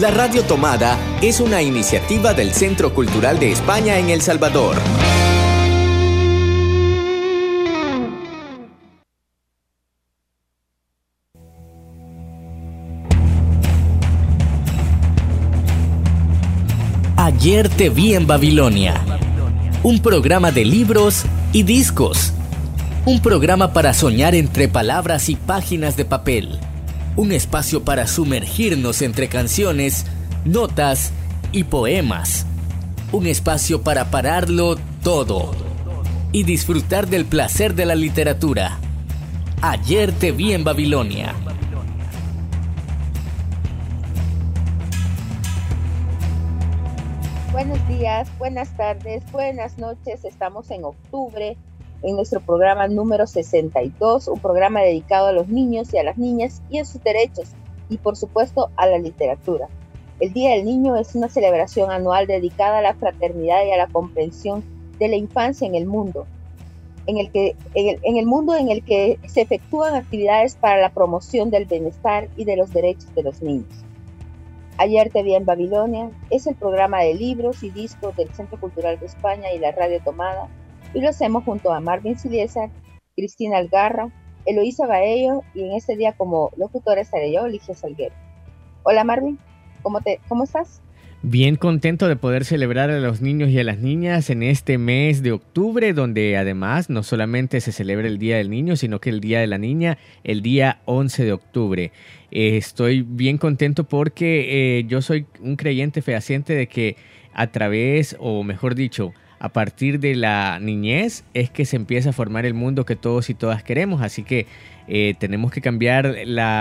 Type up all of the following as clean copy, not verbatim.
La Radio Tomada es una iniciativa del Centro Cultural de España en El Salvador. Ayer te vi en Babilonia. Un programa de libros y discos. Un programa para soñar entre palabras y páginas de papel. Un espacio para sumergirnos entre canciones, notas y poemas. Un espacio para pararlo todo y disfrutar del placer de la literatura. Ayer te vi en Babilonia. Buenos días, buenas tardes, buenas noches. Estamos en octubre en nuestro programa número 62, un programa dedicado a los niños y a las niñas y a sus derechos y por supuesto a la literatura. El Día del Niño es una celebración anual dedicada a la fraternidad y a la comprensión de la infancia en el mundo, en el que se efectúan actividades para la promoción del bienestar y de los derechos de los niños. Ayer te vi en Babilonia es el programa de libros y discos del Centro Cultural de España y la Radio Tomada, y lo hacemos junto a Marvin Siliesa, Cristina Algarra, Eloísa Baello, y en este día como locutora estaré yo, Ligia Salguero. Hola Marvin, ¿cómo estás? Bien contento de poder celebrar a los niños y a las niñas en este mes de octubre, donde además no solamente se celebra el Día del Niño, sino que el Día de la Niña, el día 11 de octubre. Estoy bien contento porque yo soy un creyente fehaciente de que a través, o mejor dicho, a partir de la niñez es que se empieza a formar el mundo que todos y todas queremos. Así que tenemos que cambiar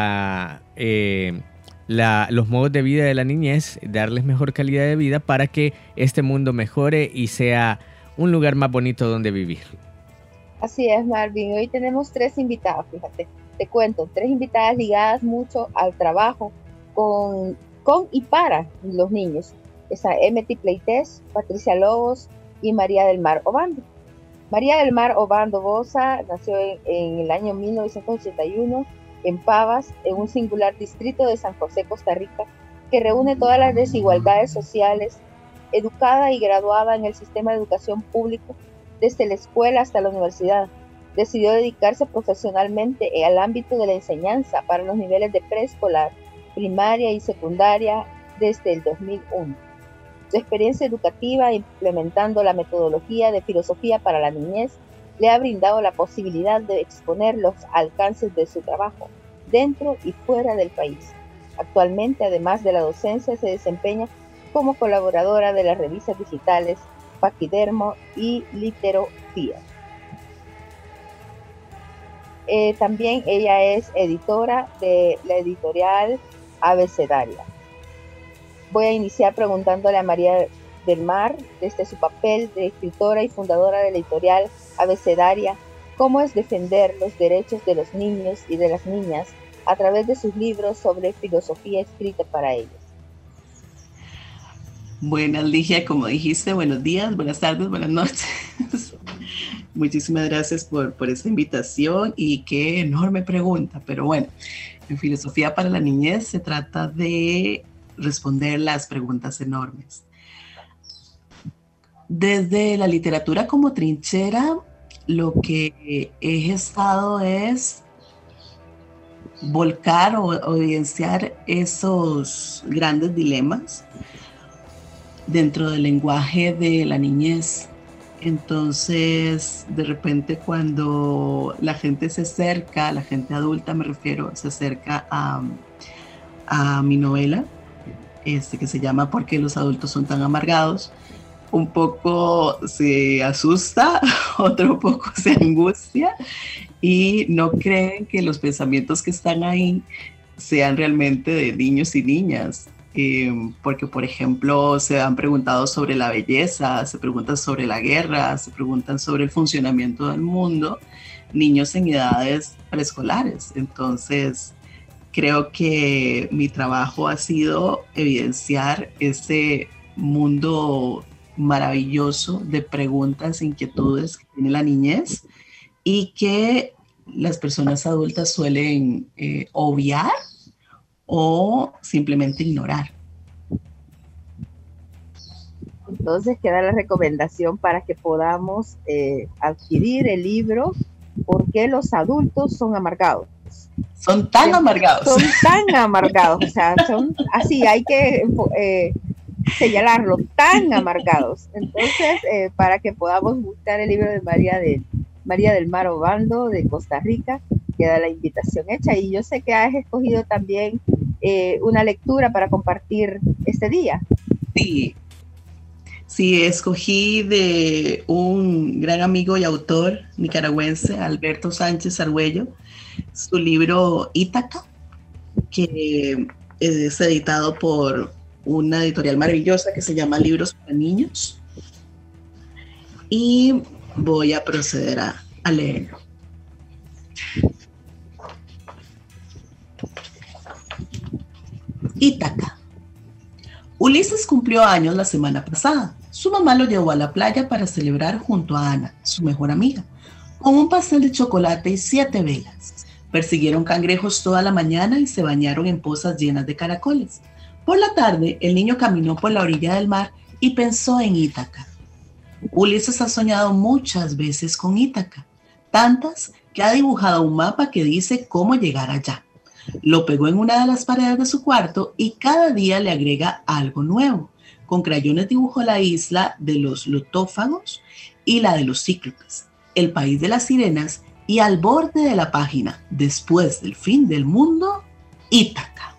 los modos de vida de la niñez, darles mejor calidad de vida para que este mundo mejore y sea un lugar más bonito donde vivir. Así es, Marvin. Hoy tenemos 3 invitados, fíjate. Te cuento, 3 invitadas ligadas mucho al trabajo con y para los niños. Está Emety Pleites, Patricia Lobos y María del Mar Obando. María del Mar Obando Bosa nació en el año 1981 en Pavas, en un singular distrito de San José, Costa Rica, que reúne todas las desigualdades sociales. Educada y graduada en el sistema de educación público, desde la escuela hasta la universidad, decidió dedicarse profesionalmente al ámbito de la enseñanza para los niveles de preescolar, primaria y secundaria desde el 2001. Su experiencia educativa implementando la metodología de filosofía para la niñez le ha brindado la posibilidad de exponer los alcances de su trabajo dentro y fuera del país. Actualmente, además de la docencia, se desempeña como colaboradora de las revistas digitales Paquidermo y Literofía. También ella es editora de la editorial Abecedaria. Voy a iniciar preguntándole a María del Mar, desde su papel de escritora y fundadora de la editorial Abecedaria, cómo es defender los derechos de los niños y de las niñas a través de sus libros sobre filosofía escrita para ellos. Buenas, Ligia, como dijiste, buenos días, buenas tardes, buenas noches. Muchísimas gracias por esta invitación y qué enorme pregunta. Pero bueno, en Filosofía para la Niñez se trata de responder las preguntas enormes. Desde la literatura como trinchera, lo que he estado es volcar o evidenciar esos grandes dilemas dentro del lenguaje de la niñez. Entonces, de repente cuando la gente se acerca, la gente adulta me refiero, se acerca a mi novela, que se llama ¿Por qué los adultos son tan amargados?, un poco se asusta, otro poco se angustia y no creen que los pensamientos que están ahí sean realmente de niños y niñas. Porque, por ejemplo, se han preguntado sobre la belleza, se preguntan sobre la guerra, se preguntan sobre el funcionamiento del mundo, niños en edades preescolares. Entonces, creo que mi trabajo ha sido evidenciar ese mundo maravilloso de preguntas e inquietudes que tiene la niñez y que las personas adultas suelen obviar o simplemente ignorar. Entonces queda la recomendación para que podamos adquirir el libro ¿Por qué los adultos son amargados? Son tan amargados. Son tan amargados, o sea, son así, hay que señalarlo, tan amargados. Entonces, para que podamos buscar el libro de María del Mar Obando de Costa Rica, queda la invitación hecha. Y yo sé que has escogido también una lectura para compartir este día. Sí, escogí de un gran amigo y autor nicaragüense, Alberto Sánchez Argüello, su libro Ítaca, que es editado por una editorial maravillosa que se llama Libros para Niños. Y voy a proceder a leerlo. Ítaca. Ulises cumplió años la semana pasada. Su mamá lo llevó a la playa para celebrar junto a Ana, su mejor amiga, con un pastel de chocolate y 7 velas. Persiguieron cangrejos toda la mañana y se bañaron en pozas llenas de caracoles. Por la tarde, el niño caminó por la orilla del mar y pensó en Ítaca. Ulises ha soñado muchas veces con Ítaca, tantas que ha dibujado un mapa que dice cómo llegar allá. Lo pegó en una de las paredes de su cuarto y cada día le agrega algo nuevo. Con crayones dibujó la isla de los lotófagos y la de los cíclopes, el país de las sirenas y al borde de la página, después del fin del mundo, Ítaca.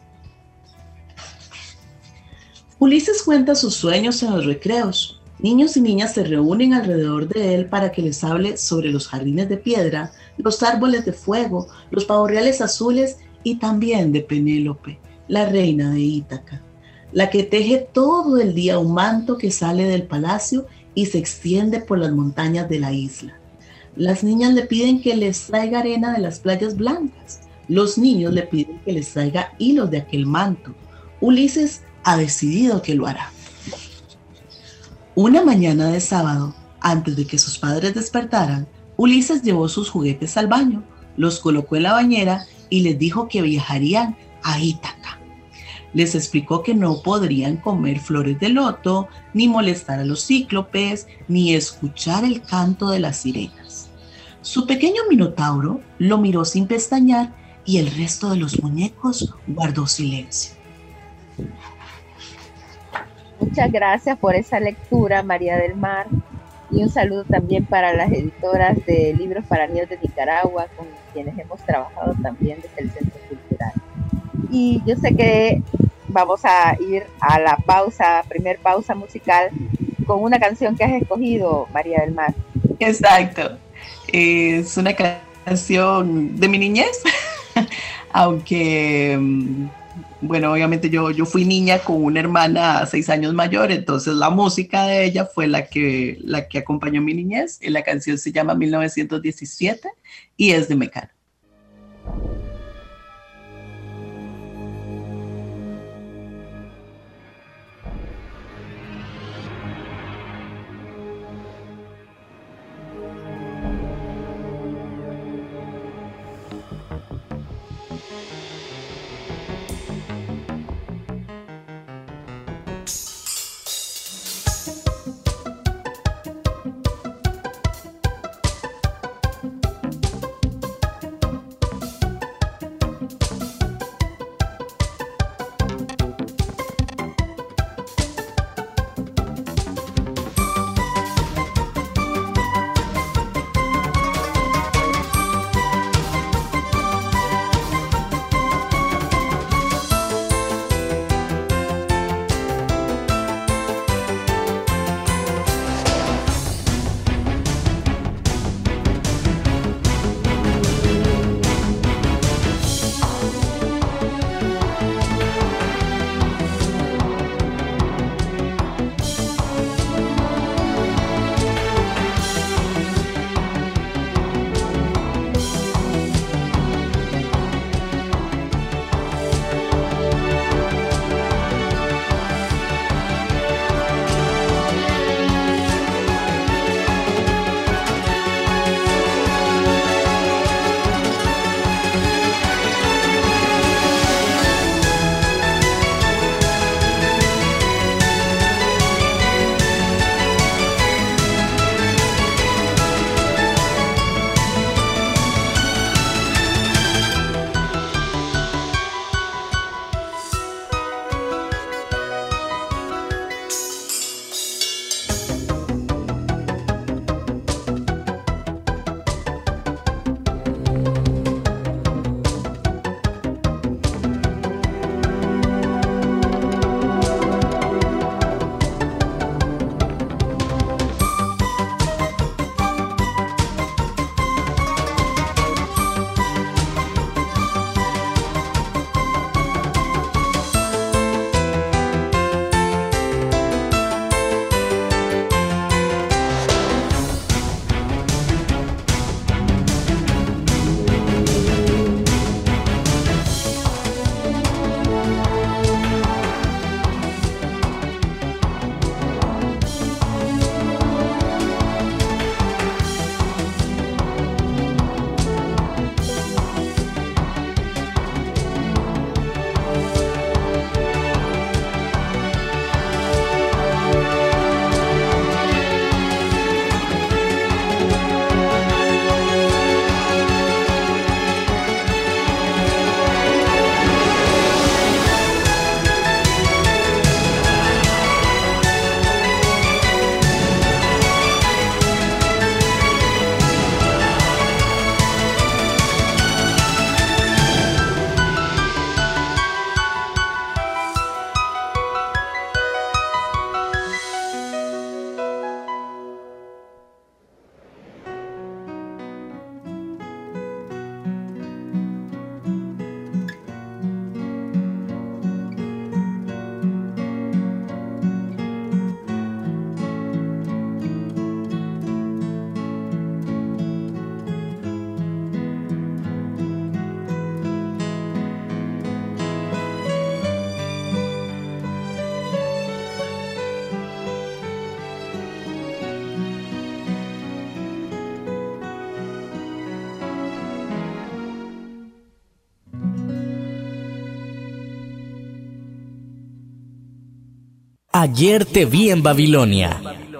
Ulises cuenta sus sueños en los recreos. Niños y niñas se reúnen alrededor de él para que les hable sobre los jardines de piedra, los árboles de fuego, los pavorreales azules y también de Penélope, la reina de Ítaca, la que teje todo el día un manto que sale del palacio y se extiende por las montañas de la isla. Las niñas le piden que les traiga arena de las playas blancas. Los niños le piden que les traiga hilos de aquel manto. Ulises ha decidido que lo hará. Una mañana de sábado, antes de que sus padres despertaran, Ulises llevó sus juguetes al baño, los colocó en la bañera y les dijo que viajarían a Ítaca. Les explicó que no podrían comer flores de loto, ni molestar a los cíclopes, ni escuchar el canto de las sirenas. Su pequeño minotauro lo miró sin pestañear y el resto de los muñecos guardó silencio. Muchas gracias por esa lectura, María del Mar, y un saludo también para las editoras de Libros para Niños de Nicaragua, con quienes hemos trabajado también desde el Centro Cultural. Y yo sé que vamos a ir a la primer pausa musical, con una canción que has escogido, María del Mar. Exacto, es una canción de mi niñez, aunque... Bueno, obviamente yo fui niña con una hermana 6 años mayor, entonces la música de ella fue la que acompañó mi niñez. Y la canción se llama 1917 y es de Mecano. Ayer te vi en Babilonia.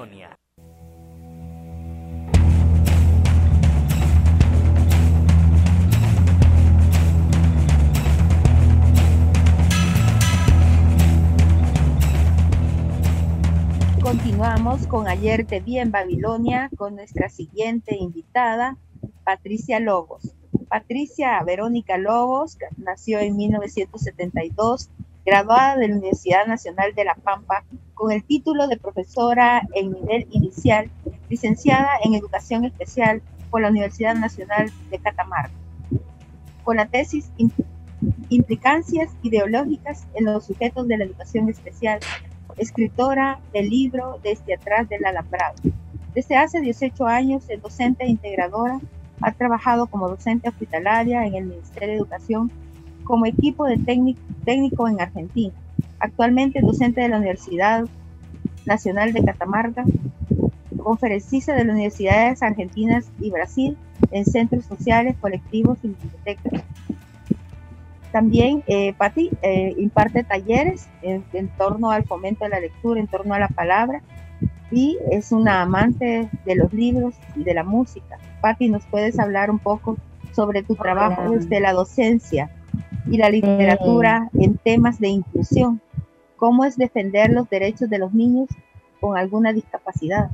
Continuamos con Ayer te vi en Babilonia con nuestra siguiente invitada, Patricia Lobos. Patricia Verónica Lobos nació en 1972, graduada de la Universidad Nacional de La Pampa con el título de profesora en nivel inicial, licenciada en Educación Especial por la Universidad Nacional de Catamarca, con la tesis Implicancias ideológicas en los sujetos de la educación especial, escritora del libro Desde atrás del alambrado. Desde hace 18 años es docente e integradora, ha trabajado como docente hospitalaria en el Ministerio de Educación, como equipo de técnico en Argentina. Actualmente es docente de la Universidad Nacional de Catamarca, conferencista de las universidades argentinas y Brasil en centros sociales, colectivos y bibliotecas. También Patti imparte talleres en torno al fomento de la lectura, en torno a la palabra, y es una amante de los libros y de la música. Patti, ¿nos puedes hablar un poco sobre tu trabajo desde la docencia y la literatura en temas de inclusión? ¿Cómo es defender los derechos de los niños con alguna discapacidad?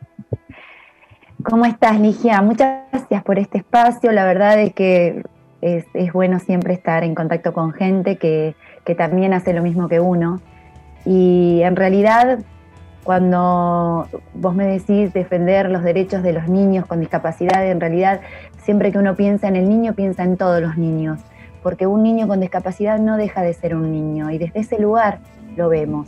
¿Cómo estás, Ligia? Muchas gracias por este espacio. La verdad es que es bueno siempre estar en contacto con gente que también hace lo mismo que uno. Y en realidad, cuando vos me decís defender los derechos de los niños con discapacidad, en realidad siempre que uno piensa en el niño, piensa en todos los niños, porque un niño con discapacidad no deja de ser un niño, y desde ese lugar lo vemos.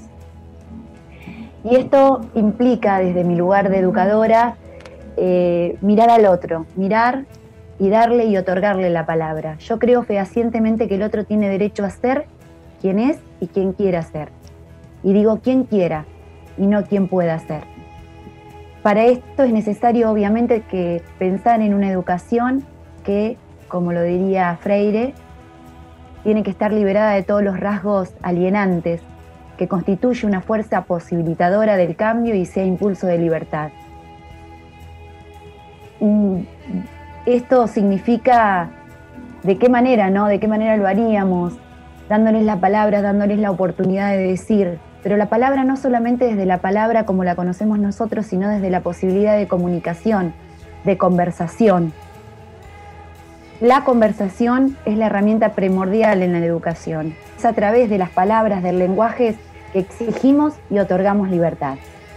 Y esto implica, desde mi lugar de educadora, mirar al otro, mirar y darle y otorgarle la palabra. Yo creo fehacientemente que el otro tiene derecho a ser quien es y quien quiera ser. Y digo quien quiera, y no quien pueda ser. Para esto es necesario, obviamente, que pensar en una educación que, como lo diría Freire, tiene que estar liberada de todos los rasgos alienantes, que constituye una fuerza posibilitadora del cambio y sea impulso de libertad. Esto significa de qué manera, ¿no? De qué manera lo haríamos, dándoles la palabra, dándoles la oportunidad de decir. Pero la palabra no solamente desde la palabra como la conocemos nosotros, sino desde la posibilidad de comunicación, de conversación. La conversación es la herramienta primordial en la educación. Es a través de las palabras, del lenguaje, que exigimos y otorgamos libertad.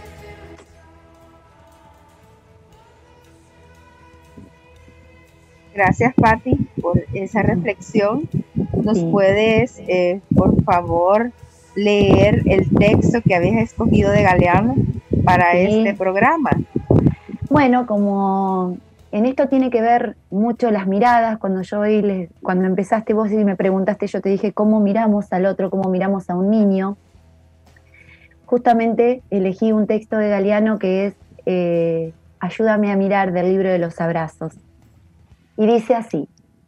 Gracias, Patti, por esa reflexión. ¿Nos puedes, por favor, leer el texto que habías escogido de Galeano para este programa? Bueno, como en esto tiene que ver mucho las miradas, cuando empezaste vos y me preguntaste, yo te dije cómo miramos al otro, cómo miramos a un niño. Justamente elegí un texto de Galeano que es Ayúdame a mirar, del libro de los abrazos. Y dice así: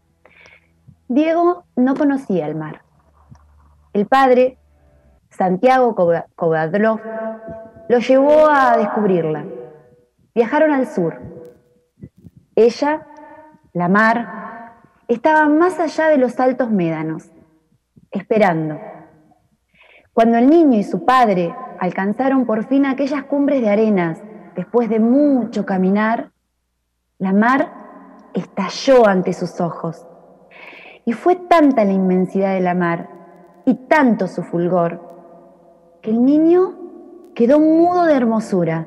Diego no conocía el mar. El padre, Santiago Kovadlov, lo llevó a descubrirla. Viajaron al sur. Ella, la mar, estaba más allá de los altos médanos, esperando. Cuando el niño y su padre alcanzaron por fin aquellas cumbres de arenas, después de mucho caminar, la mar estalló ante sus ojos. Y fue tanta la inmensidad de la mar y tanto su fulgor, que el niño quedó mudo de hermosura.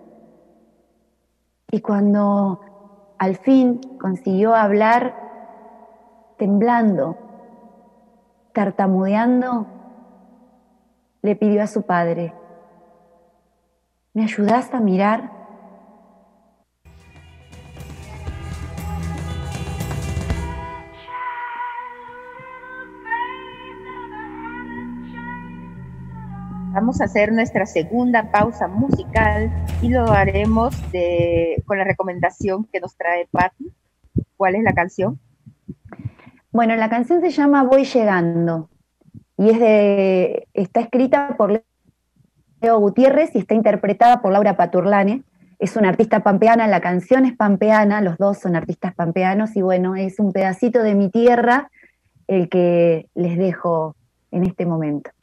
Y cuando al fin consiguió hablar, temblando, tartamudeando, le pidió a su padre: ¿me ayudás a mirar? Vamos a hacer nuestra segunda pausa musical y lo haremos con la recomendación que nos trae Patti. ¿Cuál es la canción? Bueno, la canción se llama Voy Llegando y está escrita por Gutiérrez y está interpretada por Laura Paturlane. Es una artista pampeana, la canción es pampeana, los dos son artistas pampeanos y bueno, es un pedacito de mi tierra el que les dejo en este momento.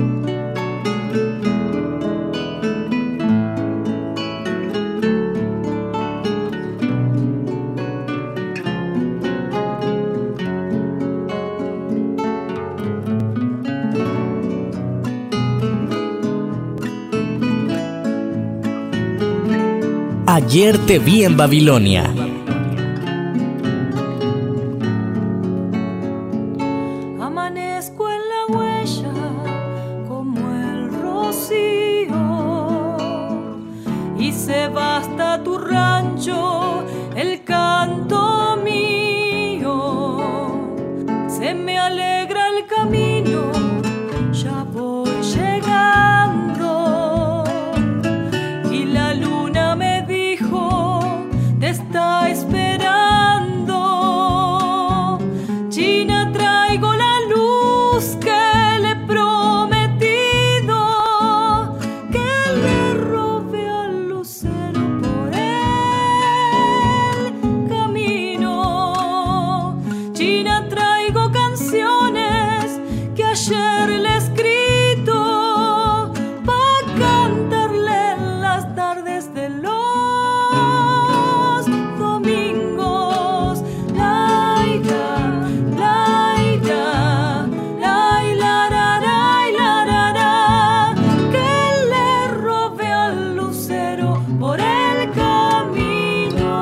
Ayer te vi en Babilonia. Amanezco en la huella como el rocío y se va hasta tu rancho el canto mío. Se me alegra el camino, ya voy llegando y la luna me dijo te está esperando. China, traigo la luz que le he prometido, que le robe al lucero por el camino. China, traigo canciones que ayer le he escrito pa' cantarle en las tardes de los domingos. Laida, laida, laila, ra, que le robe al lucero por el camino.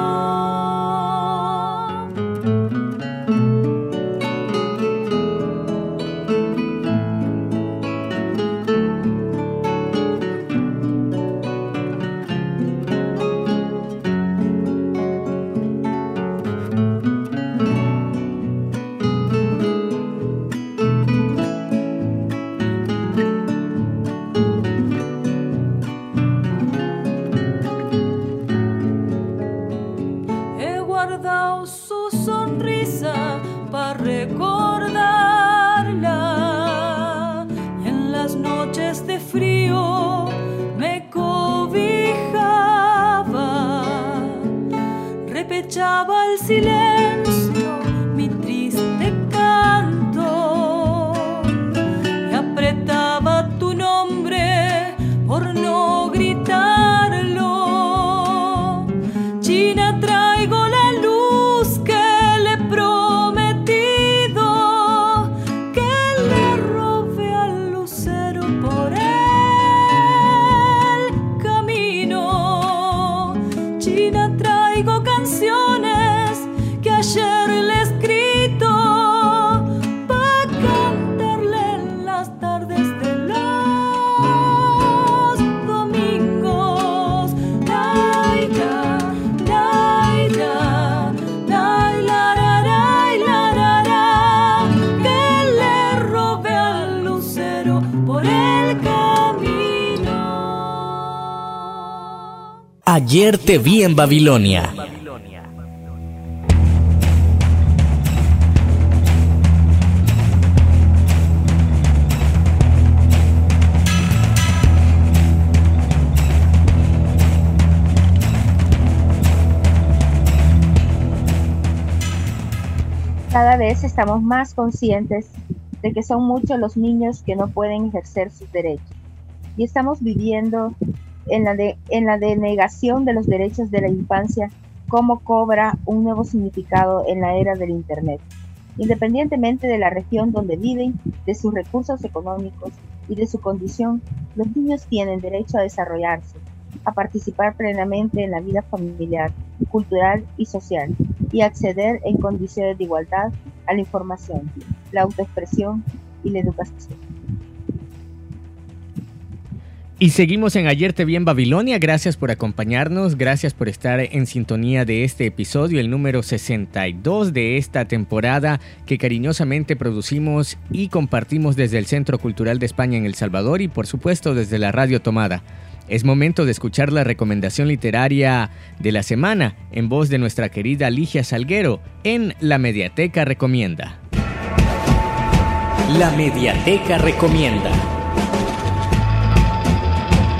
He guardado su sonrisa para recordarla. En las noches de frío me cobijaba, repechaba el silencio mi triste canto y apretaba tu nombre por no gritarlo. China, traigo la luz que le he prometido, que le robe al lucero por el camino. China, traigo canciones que ayer le he escrito pa' cantarle en las tardes de los domingos. Laida, laida, laila, ra, que le robe al lucero por el camino. Ayer te vi en Babilonia. Cada vez estamos más conscientes de que son muchos los niños que no pueden ejercer sus derechos y estamos viviendo en la denegación de los derechos de la infancia, cómo cobra un nuevo significado en la era del Internet. Independientemente de la región donde viven, de sus recursos económicos y de su condición, los niños tienen derecho a desarrollarse, a participar plenamente en la vida familiar, cultural y social, y acceder en condiciones de igualdad a la información, la autoexpresión y la educación. Y seguimos en Ayer te vi en Babilonia. Gracias por acompañarnos, gracias por estar en sintonía de este episodio, el número 62 de esta temporada que cariñosamente producimos y compartimos desde el Centro Cultural de España en El Salvador y por supuesto desde la Radio Tomada. Es momento de escuchar la recomendación literaria de la semana en voz de nuestra querida Ligia Salguero en La Mediateca Recomienda. La Mediateca Recomienda.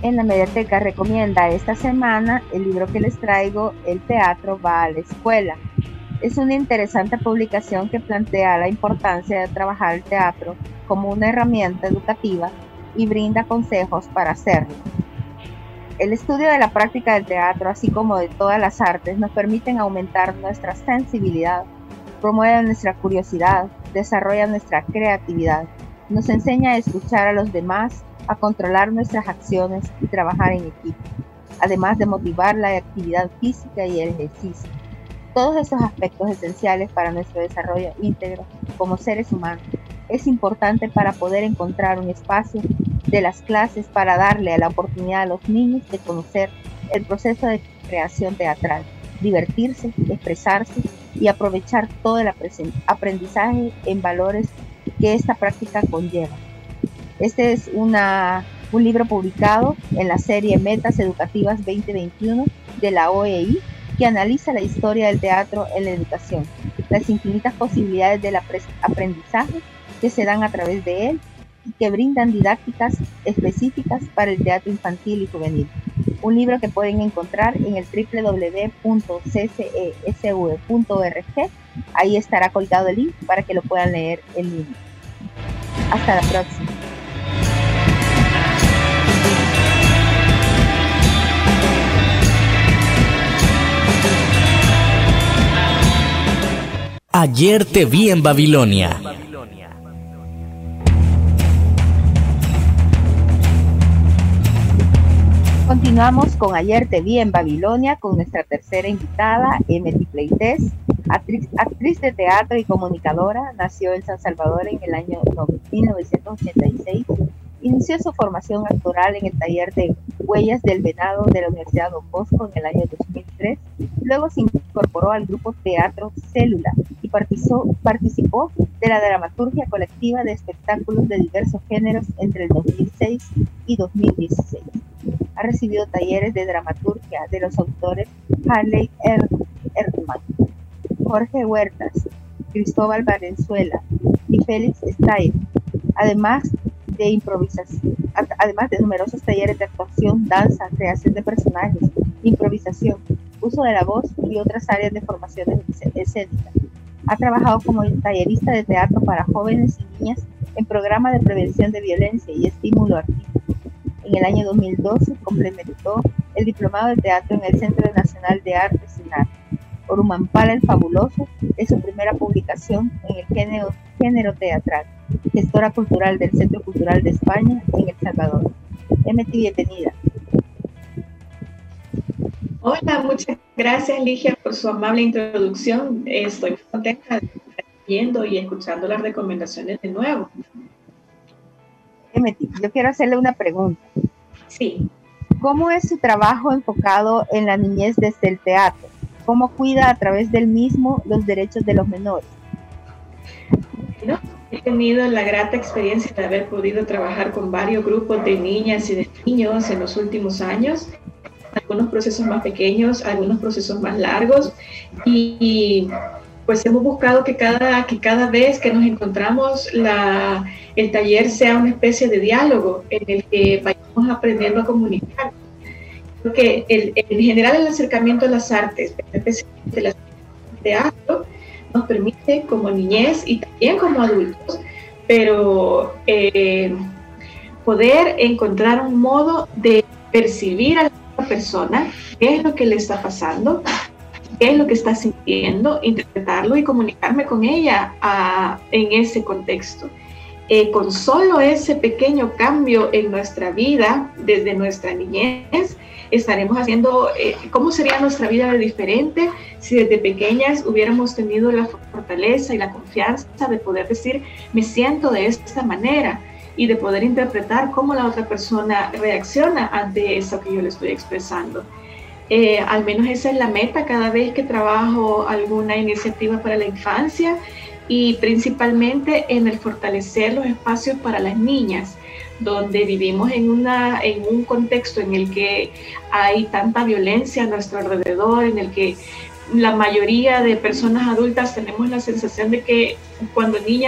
en la Mediateca recomienda esta semana el libro que les traigo, El teatro va a la escuela. Es una interesante publicación que plantea la importancia de trabajar el teatro como una herramienta educativa y brinda consejos para hacerlo. El estudio de la práctica del teatro, así como de todas las artes, nos permiten aumentar nuestra sensibilidad, promueve nuestra curiosidad, desarrolla nuestra creatividad, nos enseña a escuchar a los demás, a controlar nuestras acciones y trabajar en equipo, además de motivar la actividad física y el ejercicio. Todos esos aspectos esenciales para nuestro desarrollo íntegro como seres humanos es importante para poder encontrar un espacio de las clases para darle la oportunidad a los niños de conocer el proceso de creación teatral, divertirse, expresarse y aprovechar todo el aprendizaje en valores que esta práctica conlleva. Este es un libro publicado en la serie Metas Educativas 2021 de la OEI, que analiza la historia del teatro en la educación, las infinitas posibilidades del aprendizaje que se dan a través de él y que brindan didácticas específicas para el teatro infantil y juvenil. Un libro que pueden encontrar en el www.ccesv.org. Ahí estará colgado el link para que lo puedan leer en línea. Hasta la próxima. Ayer te vi en Babilonia. Continuamos con Ayer te vi en Babilonia con nuestra tercera invitada, Emety Pleites, actriz de teatro y comunicadora. Nació en San Salvador en el año 1986. Inició su formación actoral en el taller de Huellas del Venado de la Universidad Don Bosco en el año 2003. Luego se incorporó al grupo Teatro Célula y participó de la dramaturgia colectiva de espectáculos de diversos géneros entre el 2006 y 2016. Ha recibido talleres de dramaturgia de los autores Harley Erdmann, Jorge Huertas, Cristóbal Valenzuela y Félix Steyer, además de numerosos talleres de actuación, danza, creación de personajes, improvisación, uso de la voz y otras áreas de formación escénica. Ha trabajado como tallerista de teatro para jóvenes y niñas en programas de prevención de violencia y estímulo artístico. En el año 2012 complementó el diplomado de teatro en el Centro Nacional de Arte SINAR. Orumampala el Fabuloso es su primera publicación en el género teatral, gestora cultural del Centro Cultural de España en El Salvador. Emety, bienvenida. Hola, muchas gracias Ligia por su amable introducción. Estoy contenta de estar viendo y escuchando las recomendaciones de nuevo. Emety, yo quiero hacerle una pregunta. Sí. ¿Cómo es su trabajo enfocado en la niñez desde el teatro? ¿Cómo cuida a través del mismo los derechos de los menores? Bueno, he tenido la grata experiencia de haber podido trabajar con varios grupos de niñas y de niños en los últimos años. Algunos procesos más pequeños, algunos procesos más largos, y pues hemos buscado que cada vez que nos encontramos el taller sea una especie de diálogo en el que vayamos aprendiendo a comunicar. Porque en general el acercamiento a las artes, especialmente el teatro, nos permite como niñez y también como adultos, pero poder encontrar un modo de percibir a la persona, qué es lo que le está pasando, qué es lo que está sintiendo, interpretarlo y comunicarme con ella en ese contexto. Con solo ese pequeño cambio en nuestra vida, desde nuestra niñez, estaremos haciendo cómo sería nuestra vida de diferente si desde pequeñas hubiéramos tenido la fortaleza y la confianza de poder decir, me siento de esta manera, y de poder interpretar cómo la otra persona reacciona ante eso que yo le estoy expresando. Al menos esa es la meta cada vez que trabajo alguna iniciativa para la infancia, y principalmente en el fortalecer los espacios para las niñas, donde vivimos en un contexto en el que hay tanta violencia a nuestro alrededor, en el que la mayoría de personas adultas tenemos la sensación de que cuando niñas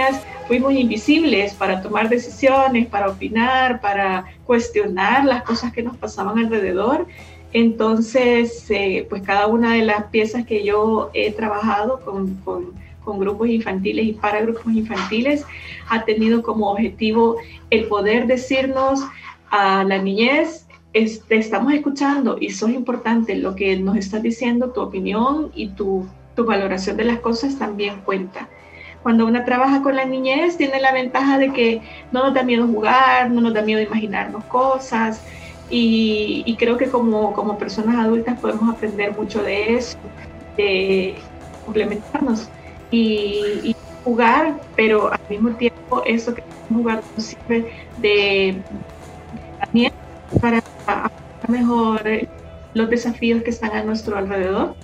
fuimos invisibles para tomar decisiones, para opinar, para cuestionar las cosas que nos pasaban alrededor. Entonces, pues cada una de las piezas que yo he trabajado con grupos infantiles y para grupos infantiles ha tenido como objetivo el poder decirnos a la niñez: te estamos escuchando y sos importante, lo que nos estás diciendo, tu opinión y tu valoración de las cosas también cuenta. Cuando uno trabaja con la niñez, tiene la ventaja de que no nos da miedo jugar, no nos da miedo imaginarnos cosas, y creo que como personas adultas podemos aprender mucho de eso, de complementarnos y jugar, pero al mismo tiempo eso que jugar nos sirve de también para afrontar mejor los desafíos que están a nuestro alrededor.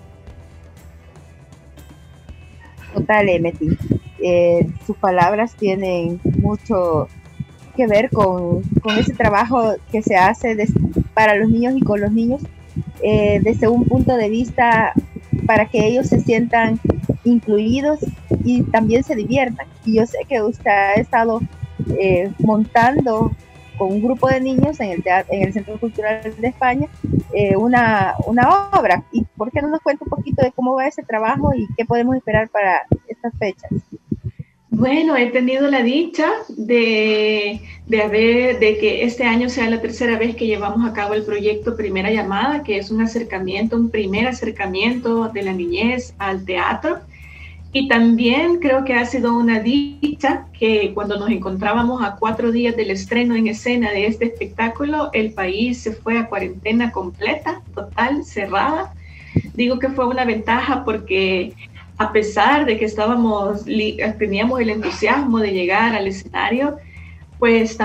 Total, Emeti. Sus palabras tienen mucho que ver con ese trabajo que se hace para los niños y con los niños, desde un punto de vista para que ellos se sientan incluidos y también se diviertan. Y yo sé que usted ha estado montando con un grupo de niños en el Centro Cultural de España una obra. ¿Y por qué no nos cuenta un poquito de cómo va ese trabajo y qué podemos esperar para estas fechas? Bueno, he tenido la dicha de que este año sea la tercera vez que llevamos a cabo el proyecto Primera Llamada, que es un primer acercamiento de la niñez al teatro. Y también creo que ha sido una dicha que cuando nos encontrábamos a 4 días del estreno en escena de este espectáculo, el país se fue a cuarentena completa, total, cerrada. Digo que fue una ventaja porque a pesar de que teníamos el entusiasmo de llegar al escenario, pues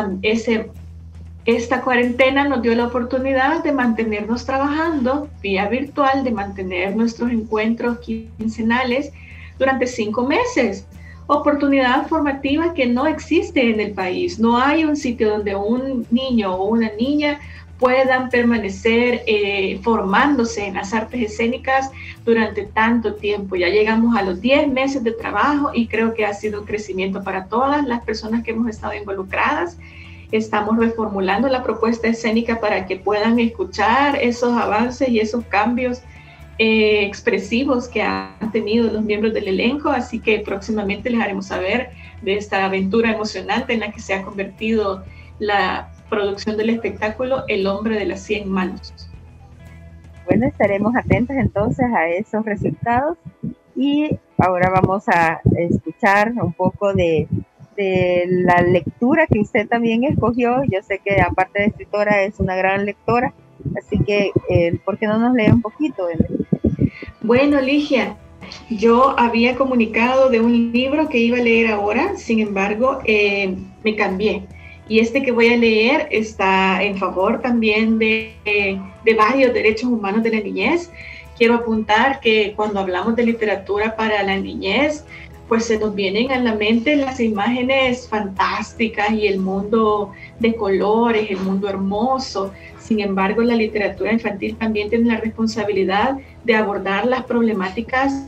esta cuarentena nos dio la oportunidad de mantenernos trabajando vía virtual, de mantener nuestros encuentros quincenales durante 5 meses. Oportunidad formativa que no existe en el país. No hay un sitio donde un niño o una niña puedan permanecer formándose en las artes escénicas durante tanto tiempo. Ya llegamos a los 10 meses de trabajo y creo que ha sido un crecimiento para todas las personas que hemos estado involucradas. Estamos reformulando la propuesta escénica para que puedan escuchar esos avances y esos cambios expresivos que han tenido los miembros del elenco, así que próximamente les haremos saber de esta aventura emocionante en la que se ha convertido la producción del espectáculo El hombre de las 100 manos. Bueno, estaremos atentos entonces a esos resultados y ahora vamos a escuchar un poco de la lectura que usted también escogió. Yo sé que aparte de escritora es una gran lectora, así que ¿por qué no nos lee un poquito? Bueno, Ligia, yo había comunicado de un libro que iba a leer ahora, sin embargo, me cambié. Y este que voy a leer está en favor también de varios derechos humanos de la niñez. Quiero apuntar que cuando hablamos de literatura para la niñez, pues se nos vienen a la mente las imágenes fantásticas y el mundo de colores, el mundo hermoso. Sin embargo, la literatura infantil también tiene la responsabilidad de abordar las problemáticas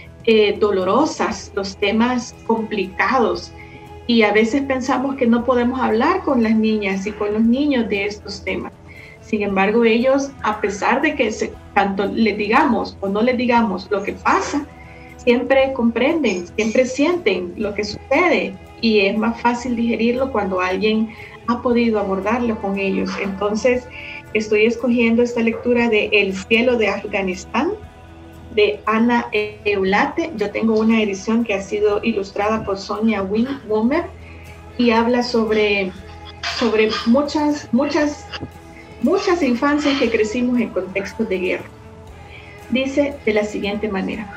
dolorosas, los temas complicados. Y a veces pensamos que no podemos hablar con las niñas y con los niños de estos temas. Sin embargo, ellos, a pesar de que tanto les digamos o no les digamos lo que pasa, siempre comprenden, siempre sienten lo que sucede y es más fácil digerirlo cuando alguien ha podido abordarlo con ellos. Entonces, estoy escogiendo esta lectura de El cielo de Afganistán, de Ana Eulate. Yo tengo una edición que ha sido ilustrada por Sonia Wimmer y habla sobre muchas infancias que crecimos en contextos de guerra. Dice de la siguiente manera: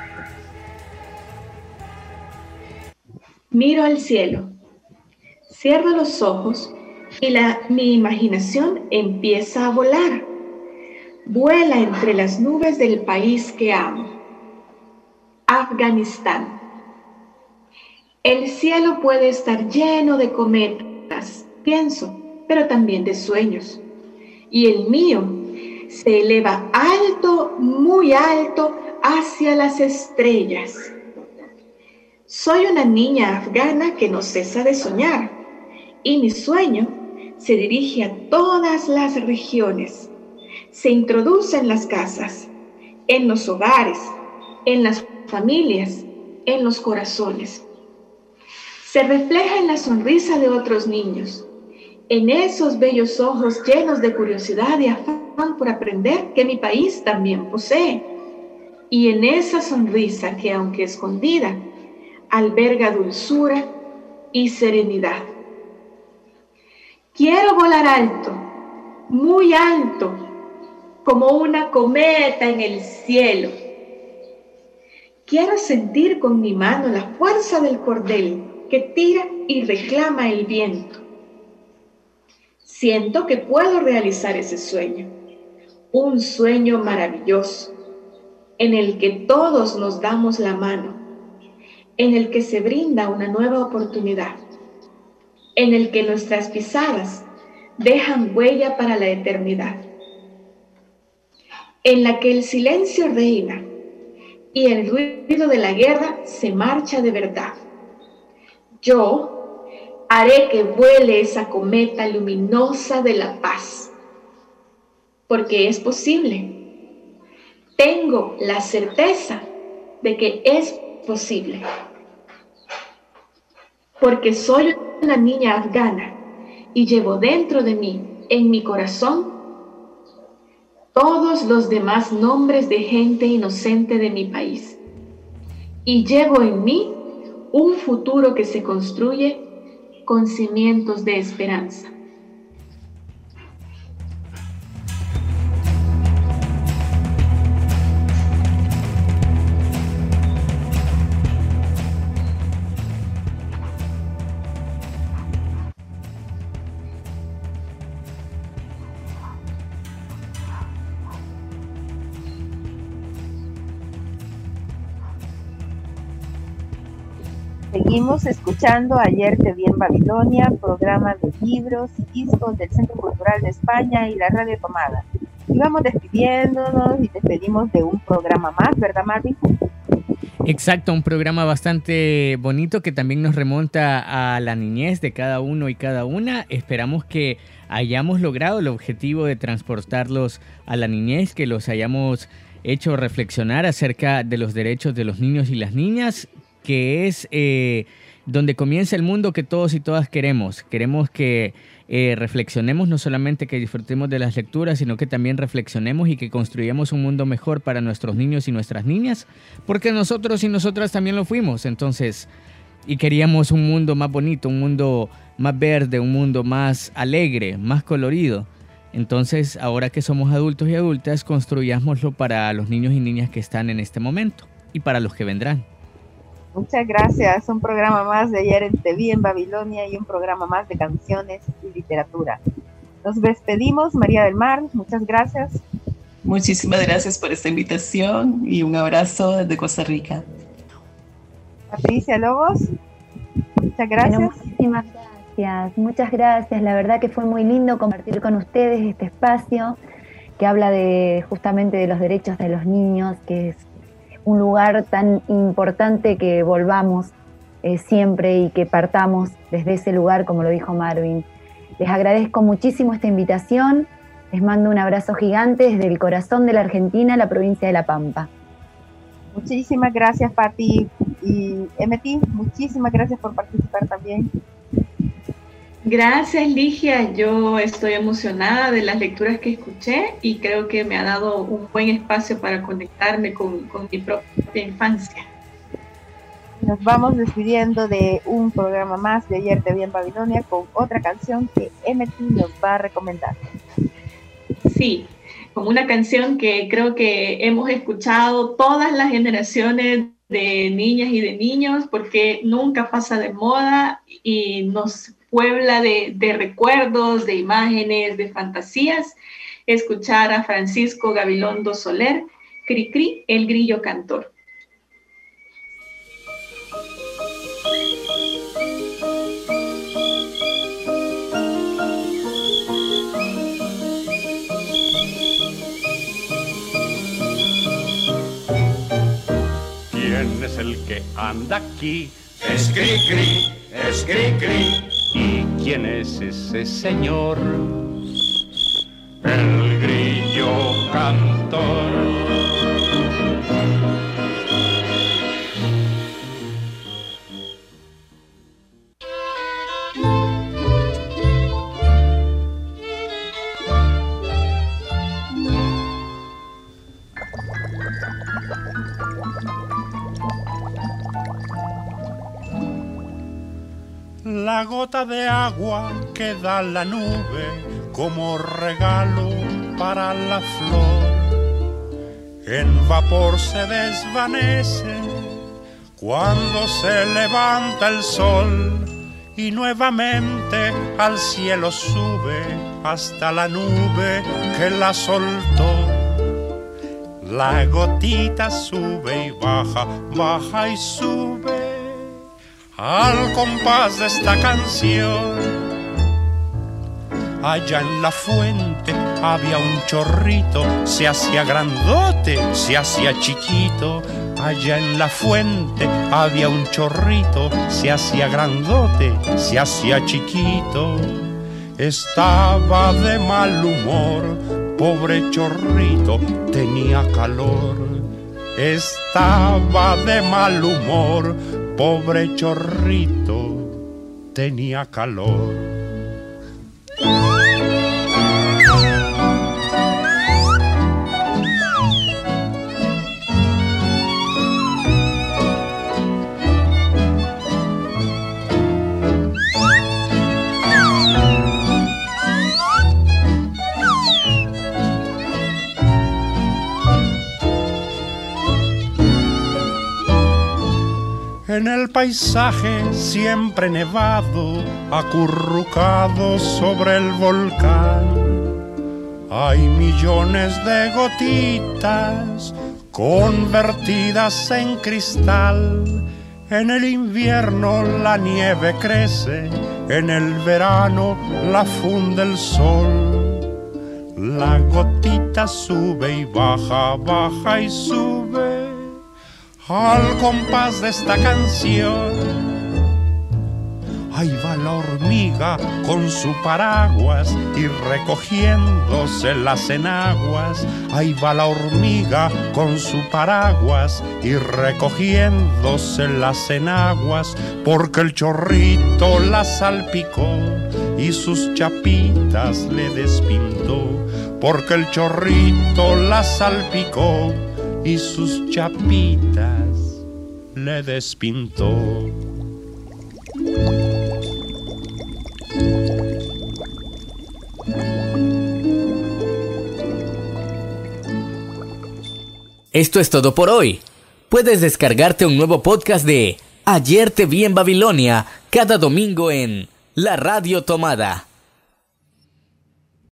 miro al cielo, cierro los ojos y mi imaginación empieza a volar. Vuela entre las nubes del país que amo, Afganistán. El cielo puede estar lleno de cometas, pienso, pero también de sueños. Y el mío se eleva alto, muy alto, hacia las estrellas. Soy una niña afgana que no cesa de soñar, y mi sueño se dirige a todas las regiones. Se introduce en las casas, en los hogares, en las familias, en los corazones. Se refleja en la sonrisa de otros niños, en esos bellos ojos llenos de curiosidad y afán por aprender que mi país también posee, y en esa sonrisa que, aunque escondida, alberga dulzura y serenidad. Quiero volar alto, muy alto, como una cometa en el cielo. Quiero sentir con mi mano la fuerza del cordel que tira y reclama el viento. Siento que puedo realizar ese sueño, un sueño maravilloso, en el que todos nos damos la mano, en el que se brinda una nueva oportunidad, en el que nuestras pisadas dejan huella para la eternidad, en la que el silencio reina y el ruido de la guerra se marcha de verdad. Yo haré que vuele esa cometa luminosa de la paz, porque es posible. Tengo la certeza de que es posible, porque soy una niña afgana y llevo dentro de mí, en mi corazón, todos los demás nombres de gente inocente de mi país. Y llevo en mí un futuro que se construye con cimientos de esperanza. Seguimos escuchando Ayer te vi en Babilonia, programa de libros y discos del Centro Cultural de España y la Radio Tomada. Y vamos despidiéndonos y despedimos de un programa más, ¿verdad, Marvin? Exacto, un programa bastante bonito que también nos remonta a la niñez de cada uno y cada una. Esperamos que hayamos logrado el objetivo de transportarlos a la niñez, que los hayamos hecho reflexionar acerca de los derechos de los niños y las niñas, que es donde comienza el mundo que todos y todas queremos. Queremos que reflexionemos, no solamente que disfrutemos de las lecturas, sino que también reflexionemos y que construyamos un mundo mejor para nuestros niños y nuestras niñas, porque nosotros y nosotras también lo fuimos. Entonces, y queríamos un mundo más bonito, un mundo más verde, un mundo más alegre, más colorido. Entonces, ahora que somos adultos y adultas, construyámoslo para los niños y niñas que están en este momento y para los que vendrán. Muchas gracias. Un programa más de Ayer te vi en Babilonia y un programa más de canciones y literatura. Nos despedimos, María del Mar. Muchas gracias. Muchísimas gracias por esta invitación y un abrazo desde Costa Rica. Patricia Lobos, muchas gracias. Bueno, muchísimas gracias. Muchas gracias. La verdad que fue muy lindo compartir con ustedes este espacio que habla justamente de los derechos de los niños, que es un lugar tan importante que volvamos siempre y que partamos desde ese lugar, como lo dijo Marvin. Les agradezco muchísimo esta invitación, les mando un abrazo gigante desde el corazón de la Argentina, la provincia de La Pampa. Muchísimas gracias, Pati y MT, muchísimas gracias por participar también. Gracias, Ligia. Yo estoy emocionada de las lecturas que escuché y creo que me ha dado un buen espacio para conectarme con mi propia infancia. Nos vamos despidiendo de un programa más de Ayer te vi en Babilonia con otra canción que MT nos va a recomendar. Sí, con una canción que creo que hemos escuchado todas las generaciones de niñas y de niños, porque nunca pasa de moda y nos puebla de recuerdos, de imágenes, de fantasías. Escuchar a Francisco Gabilondo Soler, Cri Cri, el grillo cantor. ¿Quién es el que anda aquí Es cri-cri, es cri-cri. ¿Y quién es ese señor? El grillo cantor. La gota de agua que da la nube como regalo para la flor, en vapor se desvanece cuando se levanta el sol y nuevamente al cielo sube hasta la nube que la soltó. La gotita sube y baja, baja y sube al compás de esta canción. Allá en la fuente había un chorrito, se hacía grandote, se hacía chiquito. Allá en la fuente había un chorrito, se hacía grandote, se hacía chiquito. Estaba de mal humor, pobre chorrito, tenía calor. Estaba de mal humor, pobre chorrito, tenía calor. En el paisaje siempre nevado, acurrucado sobre el volcán, hay millones de gotitas convertidas en cristal. En el invierno la nieve crece, en el verano la funde el sol. La gotita sube y baja, baja y sube al compás de esta canción. Ahí va la hormiga con su paraguas y recogiéndose las enaguas. Ahí va la hormiga con su paraguas y recogiéndose las enaguas, porque el chorrito la salpicó y sus chapitas le despintó. Porque el chorrito la salpicó y sus chapitas le despintó. Esto es todo por hoy. Puedes descargarte un nuevo podcast de Ayer te vi en Babilonia cada domingo en La Radio Tomada.